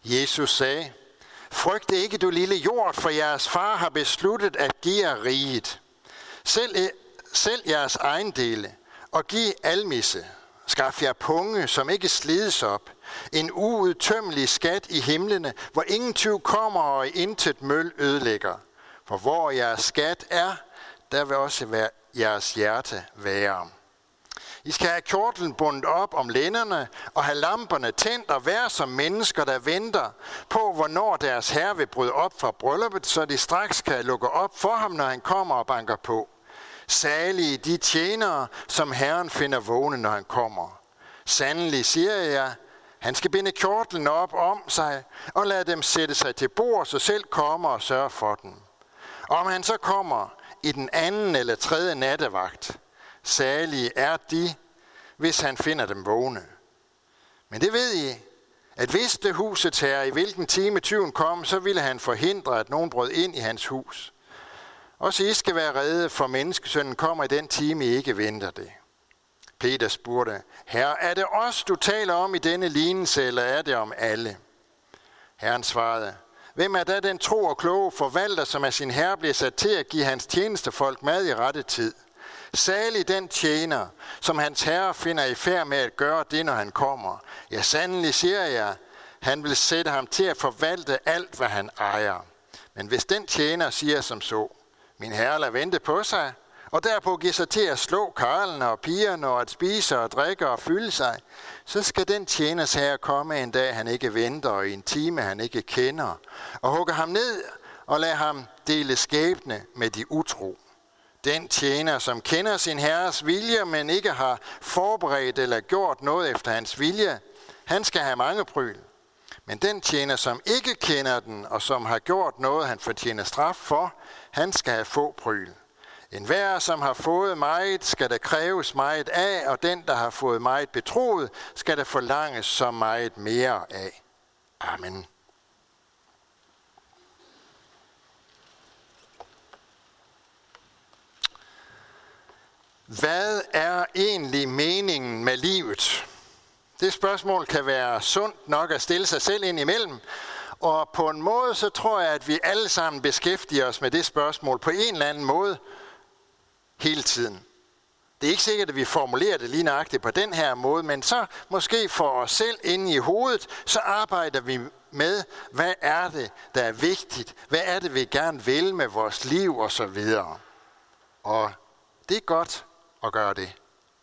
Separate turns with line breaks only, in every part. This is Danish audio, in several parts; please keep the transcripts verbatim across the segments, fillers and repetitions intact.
Jesus sagde, frygt ikke, du lille jord, for jeres far har besluttet at give jer riget. Selv, selv jeres ejendele og giv almisse. Skaff jer punge, som ikke slides op. En uudtømmelig skat i himlene, hvor ingen tyv kommer og intet møl ødelægger. For hvor jeres skat er, der vil også være jeres hjerte være. I skal have kjortlen bundet op om lænderne og have lamperne tændt og være som mennesker, der venter på, hvornår deres herre vil bryde op fra brylluppet, så de straks kan lukke op for ham, når han kommer og banker på. Salige de tjenere, som Herren finder vågne, når han kommer. Sandelig siger jeg, han skal binde kjortlen op om sig og lade dem sætte sig til bord, så selv kommer og sørger for den. Om han så kommer i den anden eller tredje nattevagt, salige er de, hvis han finder dem vågne. Men det ved I, at vidste husets herre, i hvilken time tyven kom, så ville han forhindre, at nogen brød ind i hans hus. Også I skal være rede, for menneskesønnen kommer i den time, I ikke venter det. Peter spurgte, Herre, er det os, du taler om i denne lignelse, eller er det om alle? Herren svarede, hvem er da den tro og kloge forvalter, som af sin herre bliver sat til at give hans tjenestefolk mad i rette tid? Salig den tjener, som hans herre finder i færd med at gøre det, når han kommer. Ja, sandelig siger jeg, han vil sætte ham til at forvalte alt, hvad han ejer. Men hvis den tjener siger som så, min herre lader vente på sig, og derpå giver sig til at slå karlene og pigerne og at spise og drikke og fylde sig, så skal den tjeners herre komme en dag, han ikke venter, og i en time, han ikke kender, og hugge ham ned og lade ham dele skæbne med de utro. Den tjener, som kender sin herres vilje, men ikke har forberedt eller gjort noget efter hans vilje, han skal have mange pryl. Men den tjener, som ikke kender den, og som har gjort noget, han fortjener straf for, han skal have få pryl. En hver, som har fået meget, skal der kræves meget af, og den, der har fået meget betroet, skal der forlanges så meget mere af. Amen. Hvad er egentlig meningen med livet? Det spørgsmål kan være sundt nok at stille sig selv ind imellem, og på en måde så tror jeg, at vi alle sammen beskæftiger os med det spørgsmål på en eller anden måde hele tiden. Det er ikke sikkert, at vi formulerer det lige nøjagtigt på den her måde, men så måske for os selv inde i hovedet, så arbejder vi med, hvad er det, der er vigtigt? Hvad er det, vi gerne vil med vores liv og så videre? Og det er godt at gøre det.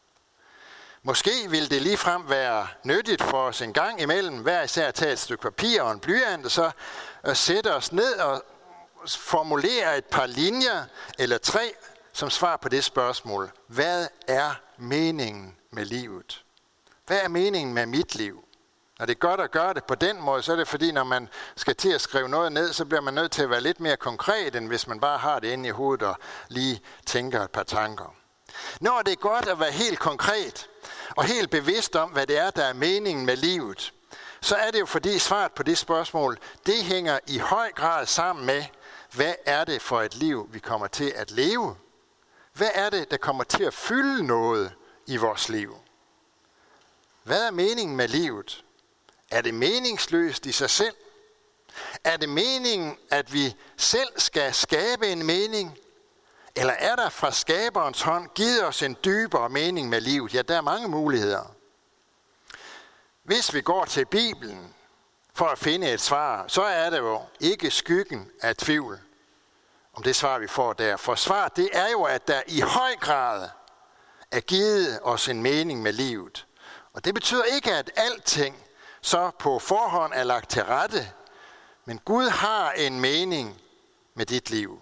Måske vil det ligefrem være nyttigt for os en gang imellem, hver især at tage et stykke papir og en blyant, og så at sætte os ned og formulere et par linjer eller tre, som svar på det spørgsmål. Hvad er meningen med livet? Hvad er meningen med mit liv? Når det er godt at gøre det på den måde, så er det fordi, når man skal til at skrive noget ned, så bliver man nødt til at være lidt mere konkret, end hvis man bare har det inde i hovedet og lige tænker et par tanker. Når det er godt at være helt konkret og helt bevidst om, hvad det er, der er meningen med livet, så er det jo fordi svaret på det spørgsmål, det hænger i høj grad sammen med, hvad er det for et liv, vi kommer til at leve? Hvad er det, der kommer til at fylde noget i vores liv? Hvad er meningen med livet? Er det meningsløst i sig selv? Er det meningen, at vi selv skal skabe en mening? Eller er der fra skaberens hånd givet os en dybere mening med livet? Ja, der er mange muligheder. Hvis vi går til Bibelen for at finde et svar, så er det jo ikke skyggen af tvivl om det svar, vi får der. For svaret, det er jo, at der i høj grad er givet os en mening med livet. Og det betyder ikke, at alting så på forhånd er lagt til rette, men Gud har en mening med dit liv.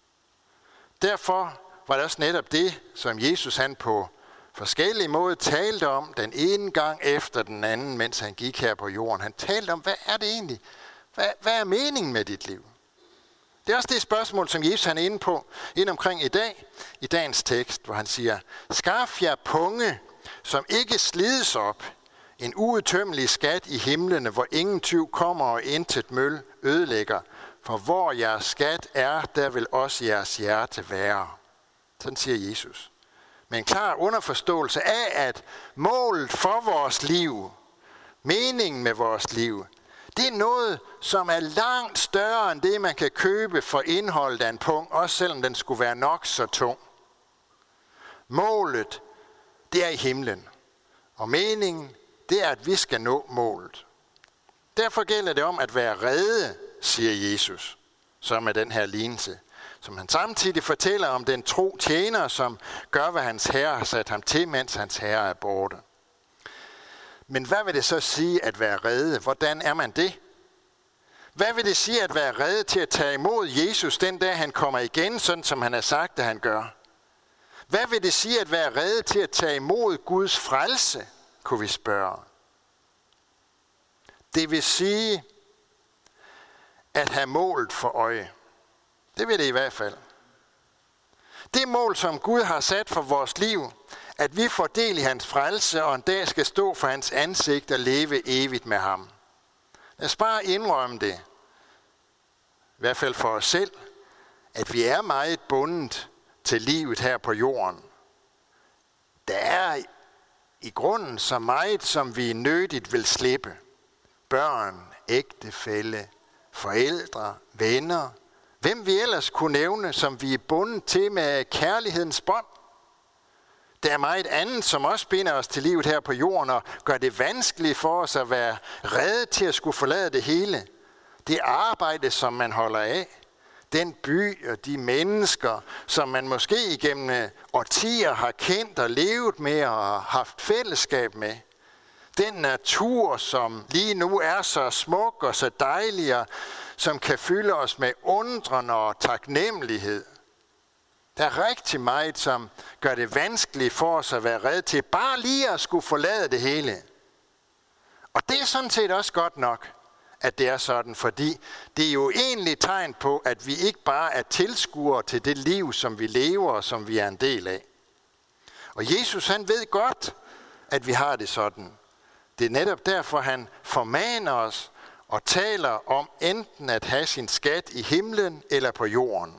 Derfor var det også netop det, som Jesus han på forskellige måder talte om den ene gang efter den anden, mens han gik her på jorden. Han talte om, hvad er det egentlig? Hvad, hvad er meningen med dit liv? Det er også det spørgsmål, som Jesus han er inde på, ind omkring i dag, i dagens tekst, hvor han siger, skaff jer punge, som ikke slides op, en uudtømmelig skat i himlene, hvor ingen tyv kommer og intet møl ødelægger. For hvor jeres skat er, der vil også jeres hjerte være. Sådan siger Jesus. Med en klar underforståelse af, at målet for vores liv, meningen med vores liv, Det er noget, som er langt større end det, man kan købe for indholdet af en pung, også selvom den skulle være nok så tung. Målet, det er i himlen. Og meningen, det er, at vi skal nå målet. Derfor gælder det om at være rede, siger Jesus, som er den her lignelse. Som han samtidig fortæller om den tro tjener, som gør, hvad hans herre har sat ham til, mens hans herre er borte. Men hvad vil det så sige at være rede? Hvordan er man det? Hvad vil det sige at være rede til at tage imod Jesus den dag han kommer igen, sådan som han har sagt, at han gør? Hvad vil det sige at være rede til at tage imod Guds frelse, kunne vi spørge. Det vil sige at have målet for øje. Det vil det i hvert fald. Det mål, som Gud har sat for vores liv, at vi får del i hans frelse og en dag skal stå for hans ansigt og leve evigt med ham. Lad os bare indrømme det, i hvert fald for os selv, at vi er meget bundet til livet her på jorden. Der er i grunden så meget, som vi nødigt vil slippe. Børn, ægtefælle, forældre, venner, hvem vi ellers kunne nævne, som vi er bundet til med kærlighedens bånd. Der er meget andet, som også binder os til livet her på jorden og gør det vanskeligt for os at være rede til at skulle forlade det hele. Det arbejde, som man holder af. Den by og de mennesker, som man måske igennem årtier har kendt og levet med og haft fællesskab med. Den natur, som lige nu er så smuk og så dejlig, og som kan fylde os med undren og taknemmelighed. Der er rigtig meget, som gør det vanskeligt for os at være rede til bare lige at skulle forlade det hele. Og det er sådan set også godt nok, at det er sådan, fordi det er jo egentlig tegn på, at vi ikke bare er tilskuere til det liv, som vi lever og som vi er en del af. Og Jesus, han ved godt, at vi har det sådan. Det er netop derfor, han formaner os og taler om enten at have sin skat i himlen eller på jorden.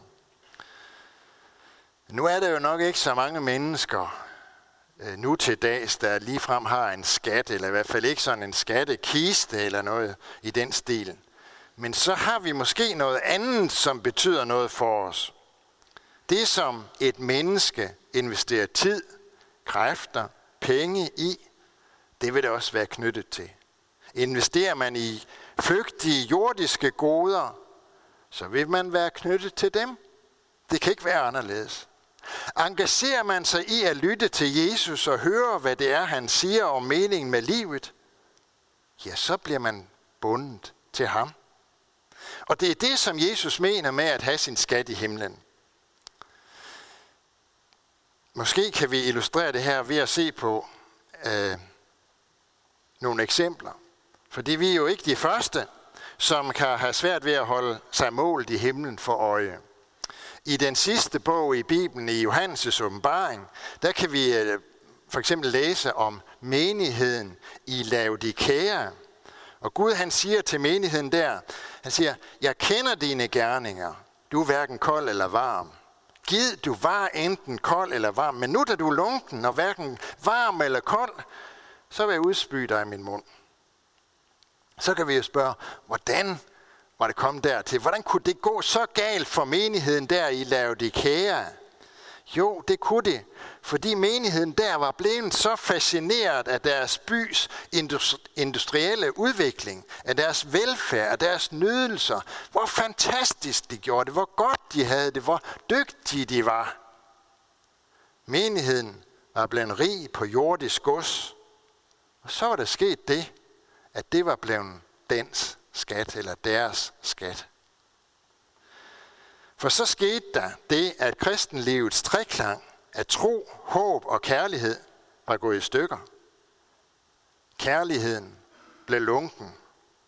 Nu er der jo nok ikke så mange mennesker øh, nu til dags, der ligefrem har en skat, eller i hvert fald ikke sådan en skattekiste eller noget i den stil. Men så har vi måske noget andet, som betyder noget for os. Det, som et menneske investerer tid, kræfter, penge i, det vil det også være knyttet til. Investerer man i flygtige jordiske goder, så vil man være knyttet til dem. Det kan ikke være anderledes. Engagerer man sig i at lytte til Jesus og høre, hvad det er, han siger om meningen med livet, ja, så bliver man bundet til ham. Og det er det, som Jesus mener med at have sin skat i himlen. Måske kan vi illustrere det her ved at se på øh, nogle eksempler. Fordi vi er jo ikke de første, som kan have svært ved at holde sig målt i himlen for øje. I den sidste bog i Bibelen, i Johannes' åbenbaring, der kan vi øh, for eksempel læse om menigheden i Laodikea. Og Gud, han siger til menigheden der, han siger, jeg kender dine gerninger. Du er hverken kold eller varm. Gid du var enten kold eller varm, men nu da du er lunken og hverken varm eller kold, så vil jeg udspy dig i min mund. Så kan vi jo spørge, hvordan var det kommet dertil? Hvordan kunne det gå så galt for menigheden der i Laodikea? Jo, det kunne det, fordi menigheden der var blevet så fascineret af deres bys industrielle udvikling, af deres velfærd, af deres nydelser. Hvor fantastisk de gjorde det, hvor godt de havde det, hvor dygtige de var. Menigheden var blevet rig på jordisk gods, og så var der sket det, at det var blevet dens skat, eller deres skat. For så skete der det, at kristenlivets treklang af tro, håb og kærlighed var gået i stykker. Kærligheden blev lunken.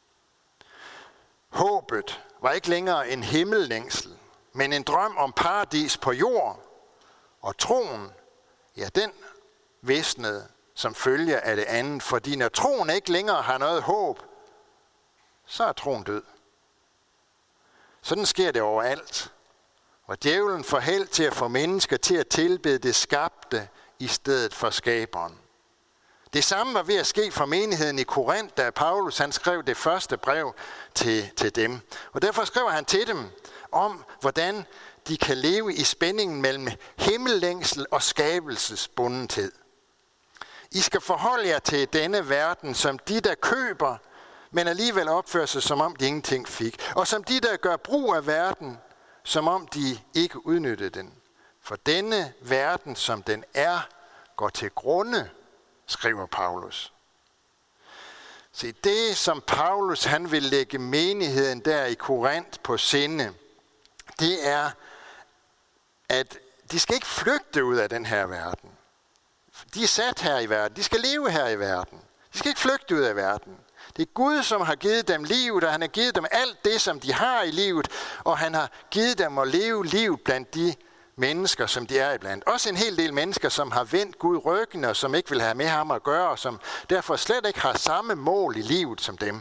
Håbet var ikke længere en himmellængsel, men en drøm om paradis på jord. Og troen, ja, den visnede som følge af det andet. Fordi når troen ikke længere har noget håb, så er troen død. Sådan sker det overalt. Og djævlen får held til at få mennesker til at tilbede det skabte i stedet for skaberen. Det samme var ved at ske for menigheden i Korinth, da Paulus han skrev det første brev til, til dem. Og derfor skriver han til dem om, hvordan de kan leve i spændingen mellem himmellængsel og skabelsesbundethed. I skal forholde jer til denne verden som de, der køber, men alligevel opfører sig, som om de ingenting fik. Og som de, der gør brug af verden, som om de ikke udnyttede den. For denne verden, som den er, går til grunde, skriver Paulus. Se, det som Paulus han vil lægge menigheden der i Korinth på sinde, det er, at de skal ikke flygte ud af den her verden. De er sat her i verden. De skal leve her i verden. De skal ikke flygte ud af verden. Det er Gud, som har givet dem livet, og han har givet dem alt det, som de har i livet, og han har givet dem at leve liv blandt de mennesker, som de er iblandt. Også en hel del mennesker, som har vendt Gud ryggen, og som ikke vil have med ham at gøre, og som derfor slet ikke har samme mål i livet som dem.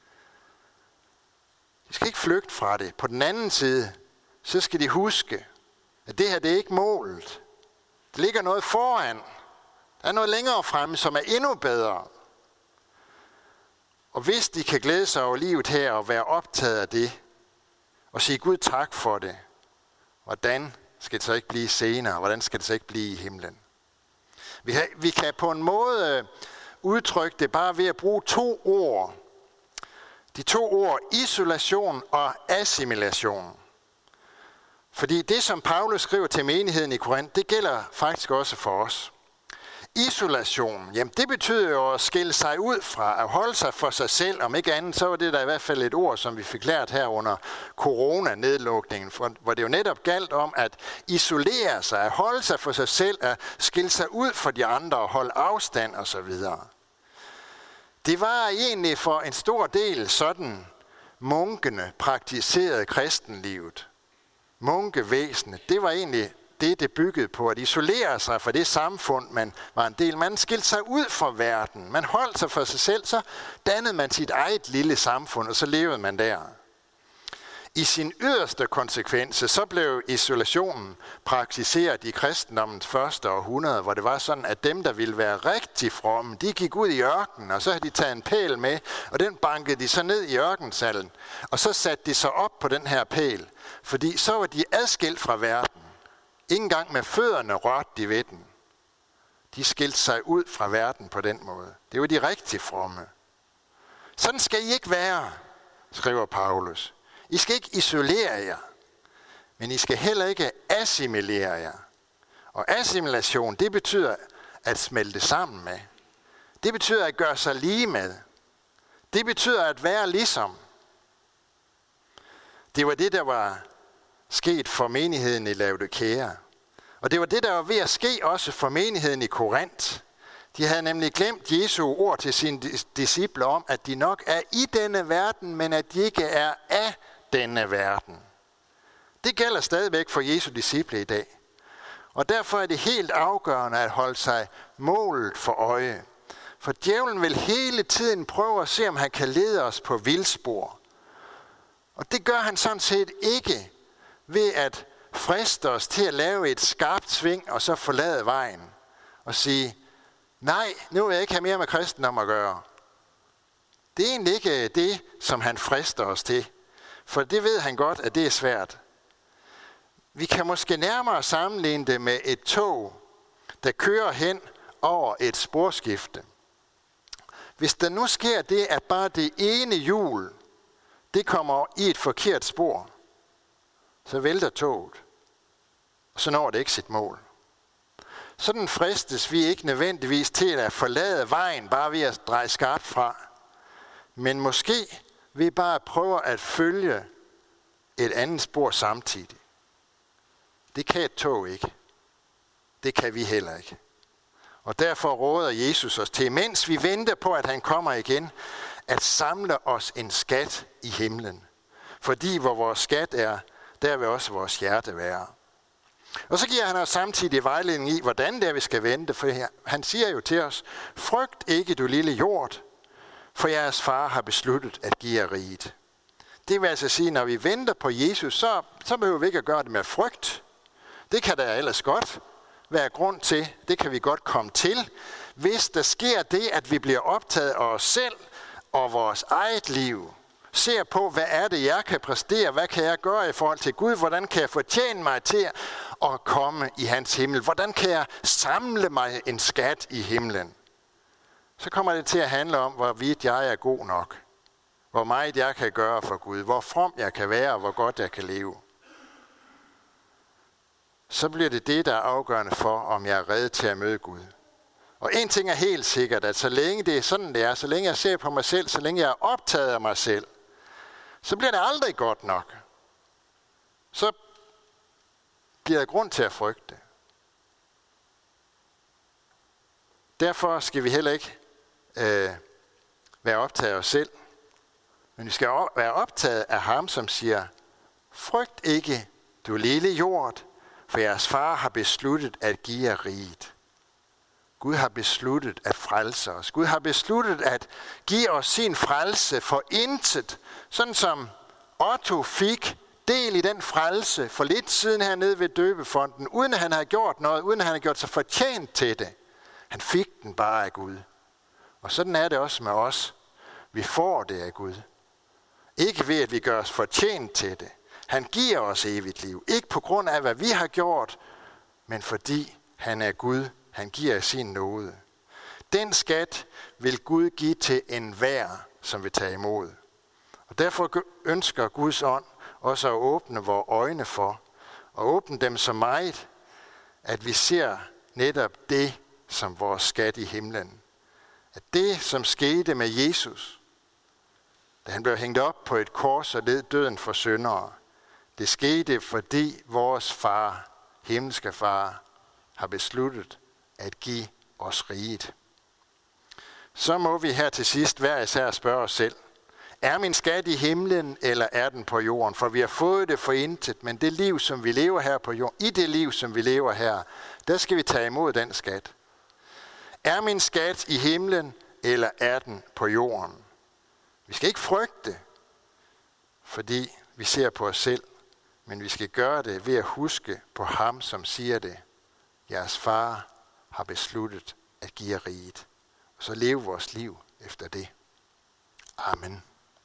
De skal ikke flygte fra det. På den anden side, så skal de huske, at det her, det er ikke målet. Der ligger noget foran. Der er noget længere fremme, som er endnu bedre. Og hvis de kan glæde sig over livet her og være optaget af det, og sige Gud tak for det, hvordan skal det så ikke blive senere? Hvordan skal det så ikke blive i himlen? Vi, har, vi kan på en måde udtrykke det bare ved at bruge to ord. De to ord, isolation og assimilation. Fordi det, som Paulus skriver til menigheden i Korinth, det gælder faktisk også for os. Isolation, jamen det betyder jo at skille sig ud fra, at holde sig for sig selv. Om ikke andet, så var det der i hvert fald et ord, som vi fik lært her under coronanedlukningen, hvor det jo netop galt om at isolere sig, at holde sig for sig selv, at skille sig ud fra de andre og holde afstand osv. Det var egentlig for en stor del sådan, munkene praktiserede kristenlivet. Munkevæsenet, det var egentlig det, det byggede på, at isolere sig fra det samfund, man var en del. Man skilte sig ud fra verden. Man holdt sig for sig selv, så dannede man sit eget lille samfund, og så levede man der. I sin yderste konsekvens, så blev isolationen praktiseret i kristendommens første århundrede, hvor det var sådan, at dem, der ville være rigtig fromme, de gik ud i ørkenen, og så havde de taget en pæl med, og den bankede de så ned i ørkensallen, og så satte de sig op på den her pæl, fordi så var de adskilt fra verden. Ingen gang med fødderne rørte de ved den. De skilte sig ud fra verden på den måde. Det var de rigtig fromme. Sådan skal I ikke være, skriver Paulus. I skal ikke isolere jer, men I skal heller ikke assimilere jer. Og assimilation, det betyder at smelte sammen med. Det betyder at gøre sig lige med. Det betyder at være ligesom. Det var det, der var sket for menigheden i Laodikea. Og det var det, der var ved at ske også for menigheden i Korinth. De havde nemlig glemt Jesu ord til sine disciple om, at de nok er i denne verden, men at de ikke er af denne verden. Det gælder stadigvæk for Jesu disciple i dag. Og derfor er det helt afgørende at holde sig målet for øje. For djævlen vil hele tiden prøve at se, om han kan lede os på vildspor. Og det gør han sådan set ikke ved at friste os til at lave et skarpt sving og så forlade vejen og sige, nej, nu vil jeg ikke have mere med kristendom at gøre. Det er egentlig ikke det, som han frister os til. For det ved han godt, at det er svært. Vi kan måske nærmere sammenligne det med et tog, der kører hen over et sporskifte. Hvis der nu sker det, at bare det ene hjul, det kommer i et forkert spor, så vælter toget, og så når det ikke sit mål. Sådan fristes vi ikke nødvendigvis til at forlade vejen, bare ved at dreje skarpt fra. Men måske ved bare at prøve at følge et andet spor samtidig. Det kan et tog ikke. Det kan vi heller ikke. Og derfor råder Jesus os til, mens vi venter på, at han kommer igen, at samle os en skat i himlen. Fordi hvor vores skat er, der vil også vores hjerte være. Og så giver han os samtidig vejledning i, hvordan det er, vi skal vente. For han siger jo til os, frygt ikke, du lille jord, for jeres far har besluttet at give jer riget. Det vil altså sige, når vi venter på Jesus, så, så behøver vi ikke at gøre det med frygt. Det kan da ellers godt være grund til, det kan vi godt komme til, hvis der sker det, at vi bliver optaget af os selv og vores eget liv. Ser på, hvad er det, jeg kan præstere, hvad kan jeg gøre i forhold til Gud, hvordan kan jeg fortjene mig til at komme i hans himmel, hvordan kan jeg samle mig en skat i himlen. Så kommer det til at handle om, hvorvidt jeg er god nok, hvor meget jeg kan gøre for Gud, hvor from jeg kan være, og hvor godt jeg kan leve. Så bliver det det, der er afgørende for, om jeg er rede til at møde Gud. Og en ting er helt sikkert, at så længe det er sådan, det er, så længe jeg ser på mig selv, så længe jeg er optaget af mig selv, så bliver det aldrig godt nok. Så bliver der grund til at frygte. Derfor skal vi heller ikke øh, være optaget af os selv, men vi skal være optaget af ham, som siger, frygt ikke, du lille jord, for jeres far har besluttet at give jer riget. Gud har besluttet at frelse os. Gud har besluttet at give os sin frelse for intet. Sådan som Otto fik del i den frelse for lidt siden hernede ved døbefonden, uden at han havde gjort noget, uden at han havde gjort sig fortjent til det. Han fik den bare af Gud. Og sådan er det også med os. Vi får det af Gud. Ikke ved, at vi gør os fortjent til det. Han giver os evigt liv. Ikke på grund af, hvad vi har gjort, men fordi han er Gud. Han giver sin nåde. Den skat vil Gud give til enhver, som vil tage imod. Og derfor ønsker Guds ånd også at åbne vores øjne for, og åbne dem så meget, at vi ser netop det som vores skat i himlen. At det, som skete med Jesus, da han blev hængt op på et kors og led døden for syndere, det skete, fordi vores far, himmelske far, har besluttet at give os riget. Så må vi her til sidst hver især spørge os selv, er min skat i himlen, eller er den på jorden? For vi har fået det for intet, men det liv, som vi lever her på jorden, i det liv, som vi lever her, der skal vi tage imod den skat. Er min skat i himlen, eller er den på jorden? Vi skal ikke frygte, fordi vi ser på os selv, men vi skal gøre det ved at huske på ham, som siger det. Jeres far har besluttet at give jer riget. Og så leve vores liv efter det. Amen.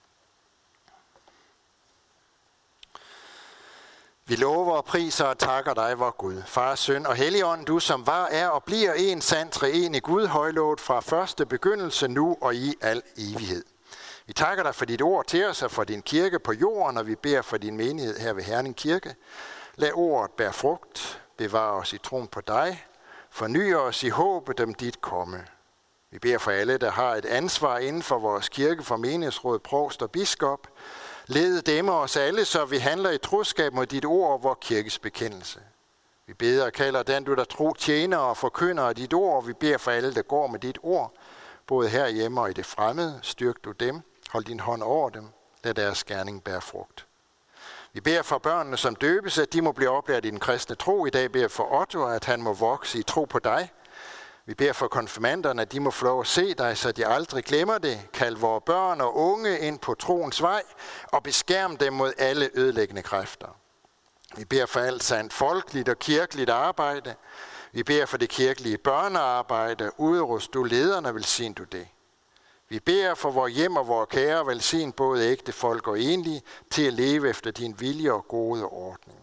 Vi lover og priser og takker dig, vor Gud, Far, Søn og Helligånd, du som var, er og bliver en sand treenig Gud, højlovet fra første begyndelse, nu og i al evighed. Vi takker dig for dit ord til os og for din kirke på jorden, og vi beder for din menighed her ved Herning Kirke. Lad ordet bære frugt, bevare os i troen på dig, forny os i håbet om dit komme. Vi beder for alle, der har et ansvar inden for vores kirke, for menighedsråd, provst og biskop. Led dem og os alle, så vi handler i troskab mod dit ord og vor kirkes bekendelse. Vi beder og kalder den, du der tro tjener og forkynder af dit ord. Vi beder for alle, der går med dit ord, både herhjemme og i det fremmede. Styrk du dem, hold din hånd over dem, lad deres gerning bære frugt. Vi beder for børnene, som døbes, at de må blive oplært i den kristne tro. I dag beder for Otto, at han må vokse i tro på dig. Vi beder for konfirmanderne, at de må få lov at se dig, så de aldrig glemmer det. Kald vores børn og unge ind på troens vej, og beskærm dem mod alle ødelæggende kræfter. Vi beder for alt sandt folkeligt og kirkeligt arbejde. Vi beder for det kirkelige børnearbejde. Udrust du lederne, velsign du det. Vi beder for vores hjem og vores kære, velsign både ægte folk og enlige, til at leve efter din vilje og gode ordning.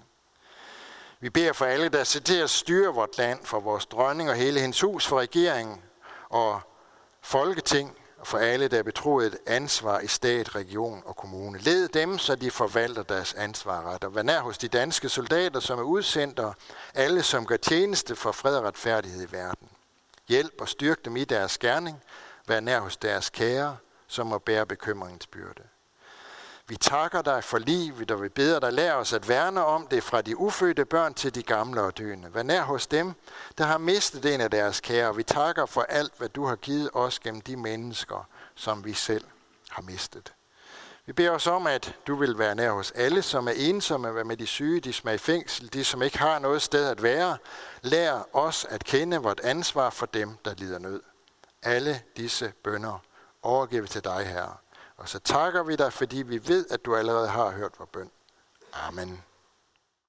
Vi beder for alle, der sætter til at styre vort land, for vores dronning og hele hendes hus, for regeringen og folketing, og for alle, der er betroet et ansvar i stat, region og kommune. Led dem, så de forvalter deres ansvar ret, og vær nær hos de danske soldater, som er udsendt, og alle, som gør tjeneste for fred og retfærdighed i verden. Hjælp og styrk dem i deres gerning, vær nær hos deres kære, som må bære bekymringens byrde. Vi takker dig for livet, og vi beder dig, lær os at værne om det fra de ufødte børn til de gamle og døende. Vær nær hos dem, der har mistet en af deres kære. Vi takker for alt, hvad du har givet os gennem de mennesker, som vi selv har mistet. Vi beder os om, at du vil være nær hos alle, som er ensomme, være med de syge, de som er i fængsel, de som ikke har noget sted at være. Lær os at kende vort ansvar for dem, der lider nød. Alle disse bønner overgiver vi til dig, Herre. Og så takker vi dig, fordi vi ved, at du allerede har hørt vores bøn. Amen.